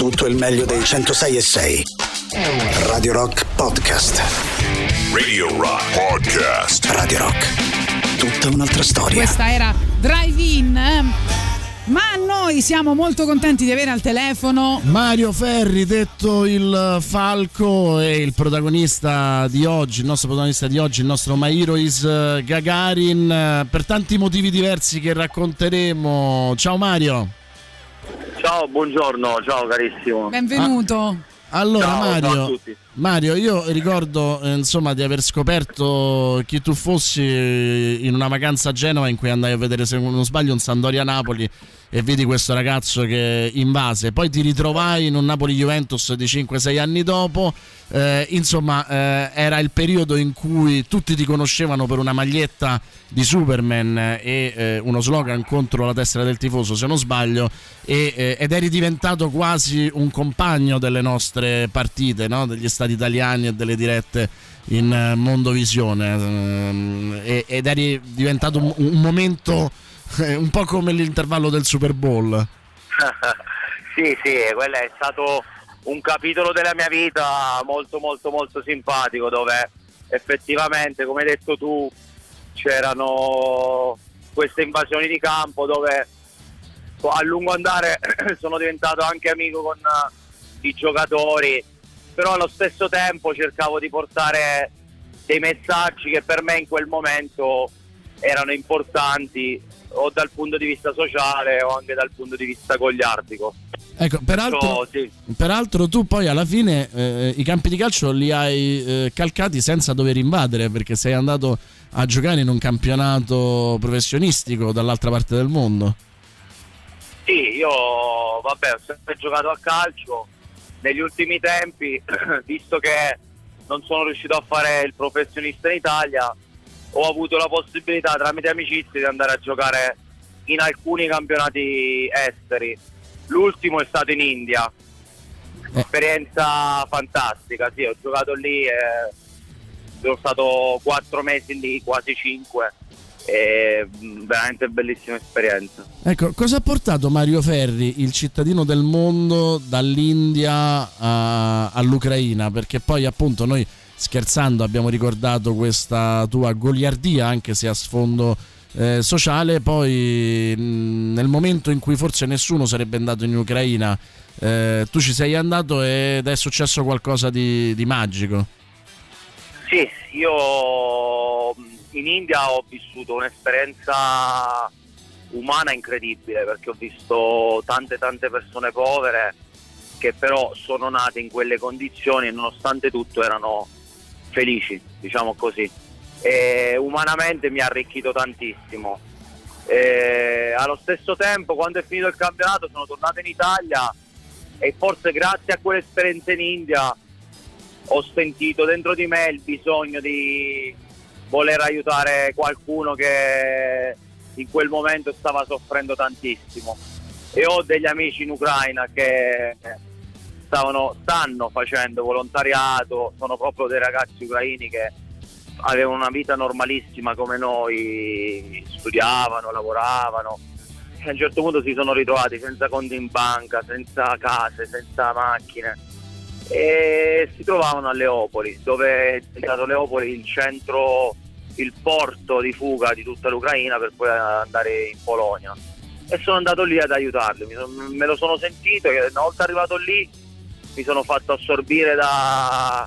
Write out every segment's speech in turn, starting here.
Tutto il meglio dei 106.6. Radio Rock Podcast. Radio Rock Podcast. Radio Rock. Tutta un'altra storia. Questa era Drive-In. Ma noi siamo molto contenti di avere al telefono Mario Ferri, detto il Falco, e il protagonista di oggi, il nostro protagonista di oggi, il nostro Mairois Gagarin, per tanti motivi diversi che racconteremo. Ciao Mario. Ciao, buongiorno, ciao carissimo. Benvenuto. Allora ciao a tutti. Mario, io ricordo insomma di aver scoperto chi tu fossi in una vacanza a Genova in cui andai a vedere, se non sbaglio, un Sampdoria-Napoli e vedi questo ragazzo che invase. Poi ti ritrovai in un Napoli-Juventus di 5-6 anni dopo. Era il periodo in cui tutti ti conoscevano per una maglietta di Superman e uno slogan contro la tessera del tifoso, se non sbaglio, ed eri diventato quasi un compagno delle nostre partite, no? Degli stadi italiani e delle dirette in Mondovisione, ed eri diventato un momento un po' come l'intervallo del Super Bowl. Sì, quello è stato un capitolo della mia vita molto molto molto simpatico, dove effettivamente, come hai detto tu, c'erano queste invasioni di campo dove a lungo andare sono diventato anche amico con i giocatori, però allo stesso tempo cercavo di portare dei messaggi che per me in quel momento erano importanti, o dal punto di vista sociale o anche dal punto di vista goliardico. Ecco, peraltro tu poi alla fine i campi di calcio li hai calcati senza dover invadere, perché sei andato a giocare in un campionato professionistico dall'altra parte del mondo. Sì, io ho sempre giocato a calcio. Negli ultimi tempi, visto che non sono riuscito a fare il professionista in Italia, ho avuto la possibilità tramite amicizie di andare a giocare in alcuni campionati esteri. L'ultimo è stato in India, esperienza fantastica. Sì, ho giocato lì, sono stato 4 mesi lì, quasi 5, veramente bellissima esperienza. Ecco, cosa ha portato Mario Ferri, il cittadino del mondo, dall'India all'Ucraina? Perché poi appunto noi, scherzando, abbiamo ricordato questa tua goliardia, anche se a sfondo sociale. Poi nel momento in cui forse nessuno sarebbe andato in Ucraina, tu ci sei andato ed è successo qualcosa di magico. Sì, io in India ho vissuto un'esperienza umana incredibile, perché ho visto tante persone povere che però sono nate in quelle condizioni e nonostante tutto erano felici, diciamo così, e umanamente mi ha arricchito tantissimo. Allo stesso tempo, quando è finito il campionato, sono tornato in Italia e forse grazie a quell'esperienza in India ho sentito dentro di me il bisogno di voler aiutare qualcuno che in quel momento stava soffrendo tantissimo, e ho degli amici in Ucraina che stanno facendo volontariato, sono proprio dei ragazzi ucraini che avevano una vita normalissima come noi, studiavano, lavoravano, e a un certo punto si sono ritrovati senza conti in banca, senza case, senza macchine, e si trovavano a Leopoli, dove è stato Leopoli il centro, il porto di fuga di tutta l'Ucraina per poi andare in Polonia, e sono andato lì ad aiutarli. Me lo sono sentito, e una volta arrivato lì mi sono fatto assorbire dalla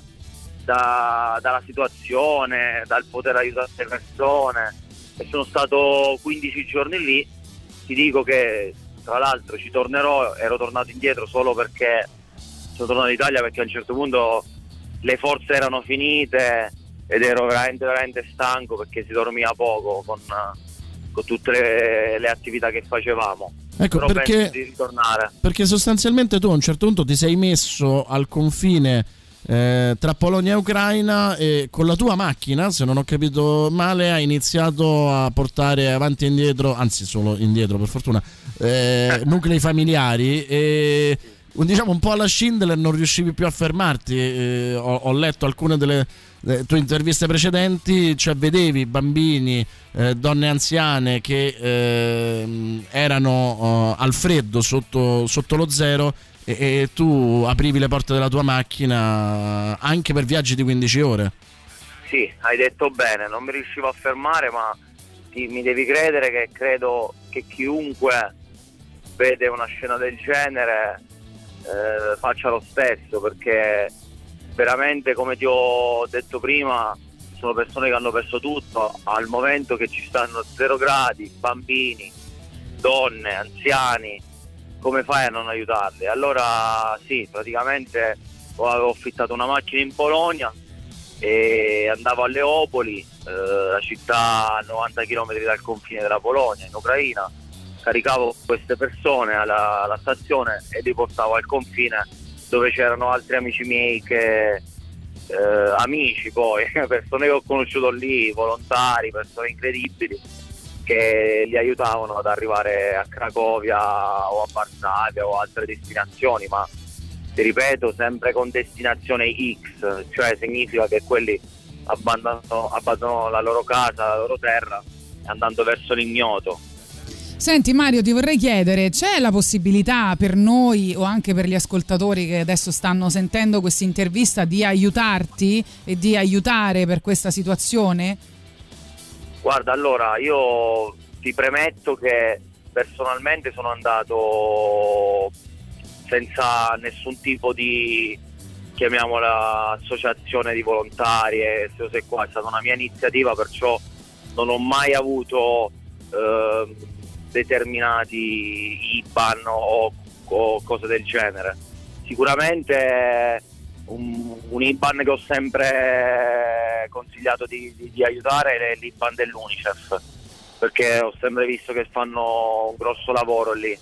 situazione, dal poter aiutare le persone, e sono stato 15 giorni lì. Ti dico che tra l'altro ci tornerò, ero tornato indietro solo perché sono tornato in Italia, perché a un certo punto le forze erano finite ed ero veramente stanco, perché si dormiva poco con tutte le attività che facevamo. Ecco, però penso di ritornare, perché sostanzialmente tu a un certo punto ti sei messo al confine tra Polonia e Ucraina, e con la tua macchina, se non ho capito male, hai iniziato a portare avanti e indietro, anzi solo indietro per fortuna, nuclei familiari, e diciamo un po' alla Schindler non riuscivi più a fermarti. Ho letto alcune delle tue interviste precedenti, cioè vedevi bambini, donne anziane che erano al freddo sotto lo zero, e tu aprivi le porte della tua macchina anche per viaggi di 15 ore. Sì, hai detto bene, non mi riuscivo a fermare, ma mi devi credere che credo che chiunque vede una scena del genere faccia lo stesso, perché veramente, come ti ho detto prima, sono persone che hanno perso tutto al momento, che ci stanno 0 gradi, bambini, donne, anziani. Come fai a non aiutarli? Allora sì, praticamente avevo affittato una macchina in Polonia e andavo a Leopoli, la città a 90 km dal confine della Polonia, in Ucraina. Caricavo queste persone alla stazione e li portavo al confine, dove c'erano altri amici miei amici poi, persone che ho conosciuto lì, volontari, persone incredibili, che li aiutavano ad arrivare a Cracovia o a Varsavia o altre destinazioni, ma ti ripeto, sempre con destinazione X, cioè significa che quelli abbandonano la loro casa, la loro terra, andando verso l'ignoto. Senti Mario, ti vorrei chiedere, c'è la possibilità per noi o anche per gli ascoltatori che adesso stanno sentendo questa intervista di aiutarti e di aiutare per questa situazione? Guarda, allora io ti premetto che personalmente sono andato senza nessun tipo di, chiamiamola, associazione di volontari e cose qua. È stata una mia iniziativa, perciò non ho mai avuto determinati IBAN o cose del genere. Sicuramente un IBAN che ho sempre consigliato di aiutare è l'IBAN dell'UNICEF, perché ho sempre visto che fanno un grosso lavoro lì.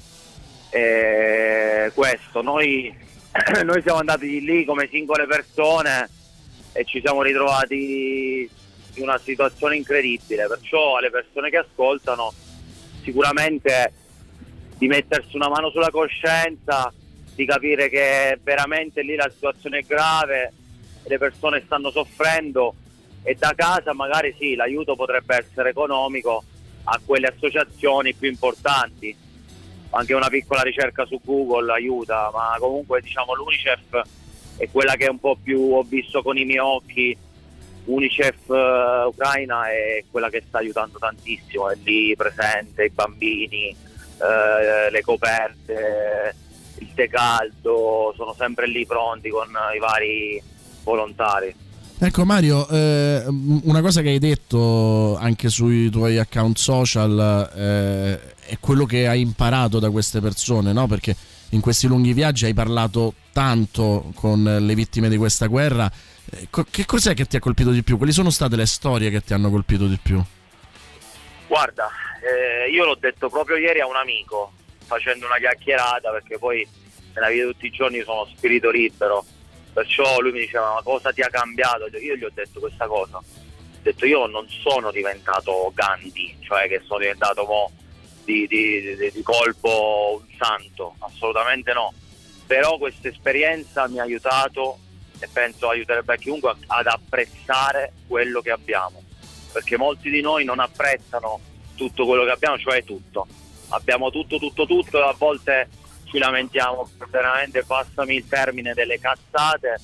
Questo, noi siamo andati lì come singole persone e ci siamo ritrovati in una situazione incredibile, perciò alle persone che ascoltano sicuramente di mettersi una mano sulla coscienza, di capire che veramente lì la situazione è grave, le persone stanno soffrendo, e da casa magari sì, l'aiuto potrebbe essere economico a quelle associazioni più importanti. Anche una piccola ricerca su Google aiuta, ma comunque diciamo l'UNICEF è quella che un po' più ho visto con i miei occhi. UNICEF Ucraina è quella che sta aiutando tantissimo, è lì presente, i bambini, le coperte, il tè caldo, sono sempre lì pronti con i vari volontari. Ecco Mario, una cosa che hai detto anche sui tuoi account social è quello che hai imparato da queste persone, no? Perché in questi lunghi viaggi hai parlato tanto con le vittime di questa guerra. Che cos'è che ti ha colpito di più? Quali sono state le storie che ti hanno colpito di più? Guarda, io l'ho detto proprio ieri a un amico, facendo una chiacchierata, perché poi nella vita di tutti i giorni sono spirito libero, perciò lui mi diceva: ma cosa ti ha cambiato? Io gli ho detto questa cosa, ho detto: io non sono diventato Gandhi, cioè che sono diventato di colpo un santo, assolutamente no, però questa esperienza mi ha aiutato, e penso aiuterebbe a chiunque, ad apprezzare quello che abbiamo, perché molti di noi non apprezzano tutto quello che abbiamo, cioè tutto, abbiamo tutto e a volte ci lamentiamo veramente, passami il termine, delle cazzate,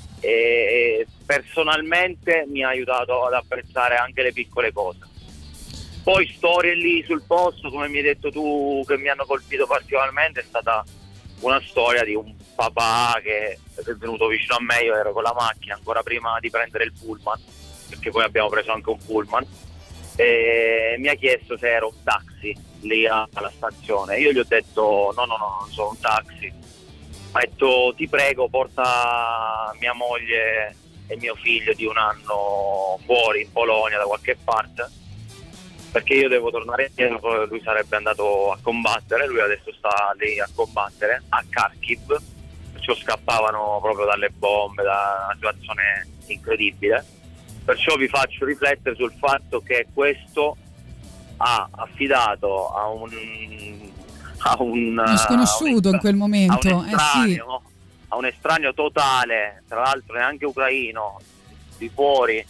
e personalmente mi ha aiutato ad apprezzare anche le piccole cose. Poi storie lì sul posto, come mi hai detto tu, che mi hanno colpito particolarmente, è stata una storia di un papà che è venuto vicino a me, io ero con la macchina ancora prima di prendere il pullman, perché poi abbiamo preso anche un pullman, e mi ha chiesto se ero un taxi lì alla stazione. Io gli ho detto no, non sono un taxi. Ha detto: ti prego, porta mia moglie e mio figlio di 1 anno fuori in Polonia da qualche parte, perché io devo tornare indietro. Lui sarebbe andato a combattere, lui adesso sta lì a combattere a Kharkiv, perciò scappavano proprio dalle bombe, da una situazione incredibile. Perciò vi faccio riflettere sul fatto che questo ha affidato a uno sconosciuto in quel momento, a un estraneo totale, tra l'altro neanche ucraino, di fuori,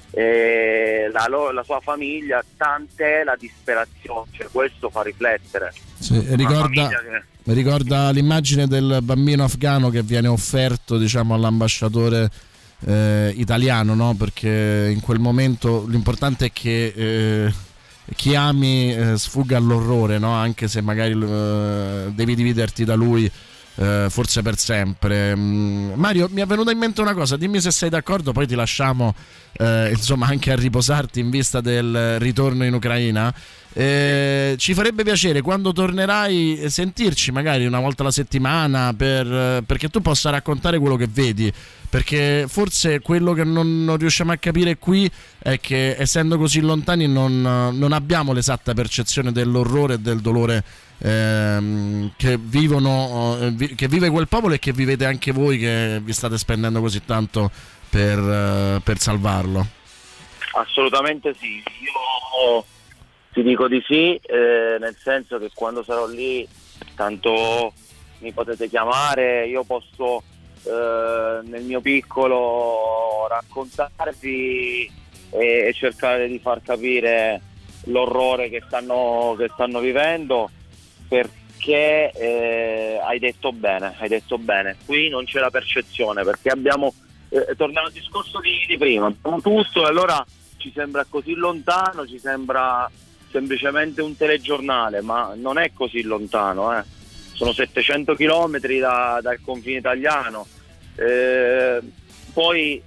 la sua famiglia, tant'è la disperazione, cioè questo fa riflettere. Sì, Mi ricorda l'immagine del bambino afghano che viene offerto, diciamo, all'ambasciatore italiano, no? Perché in quel momento l'importante è che chi ami sfugga all'orrore, no? Anche se magari devi dividerti da lui forse per sempre. Mario, mi è venuta in mente una cosa, dimmi se sei d'accordo, poi ti lasciamo insomma anche a riposarti in vista del ritorno in Ucraina. Ci farebbe piacere quando tornerai sentirci magari una volta alla settimana perché tu possa raccontare quello che vedi, perché forse quello che non riusciamo a capire qui è che essendo così lontani non abbiamo l'esatta percezione dell'orrore e del dolore che vive quel popolo e che vivete anche voi, che vi state spendendo così tanto per salvarlo. Assolutamente sì, io ti dico di sì, nel senso che quando sarò lì tanto mi potete chiamare, io posso nel mio piccolo raccontarvi e cercare di far capire l'orrore che stanno vivendo, perché hai detto bene, qui non c'è la percezione, perché abbiamo torniamo al discorso di prima, abbiamo tutto e allora ci sembra così lontano, ci sembra semplicemente un telegiornale, ma non è così lontano, sono 700 chilometri dal confine italiano, poi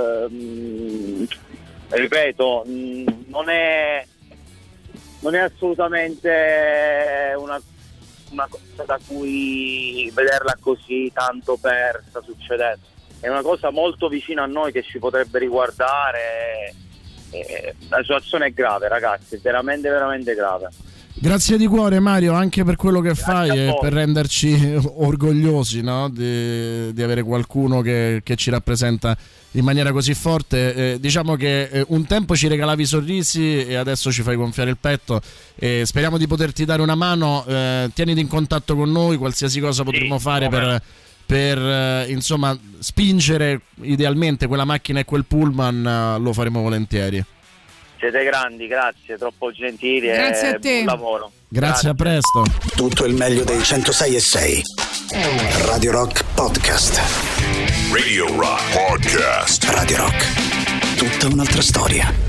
ripeto, non è assolutamente una cosa da cui vederla così tanto persa succedendo, è una cosa molto vicina a noi che ci potrebbe riguardare. La situazione è grave, ragazzi, è veramente veramente grave. Grazie di cuore, Mario, anche per quello che fai e per renderci orgogliosi, no? di avere qualcuno che ci rappresenta in maniera così forte. Diciamo che un tempo ci regalavi sorrisi e adesso ci fai gonfiare il petto, e speriamo di poterti dare una mano. Tieniti in contatto con noi, qualsiasi cosa potremo fare per insomma spingere idealmente quella macchina e quel pullman, lo faremo volentieri. Siete grandi, grazie, troppo gentili, grazie a te. Buon lavoro. Grazie, a presto. Tutto il meglio dei 106.6 Radio Rock Podcast. Radio Rock Podcast. Radio Rock, tutta un'altra storia.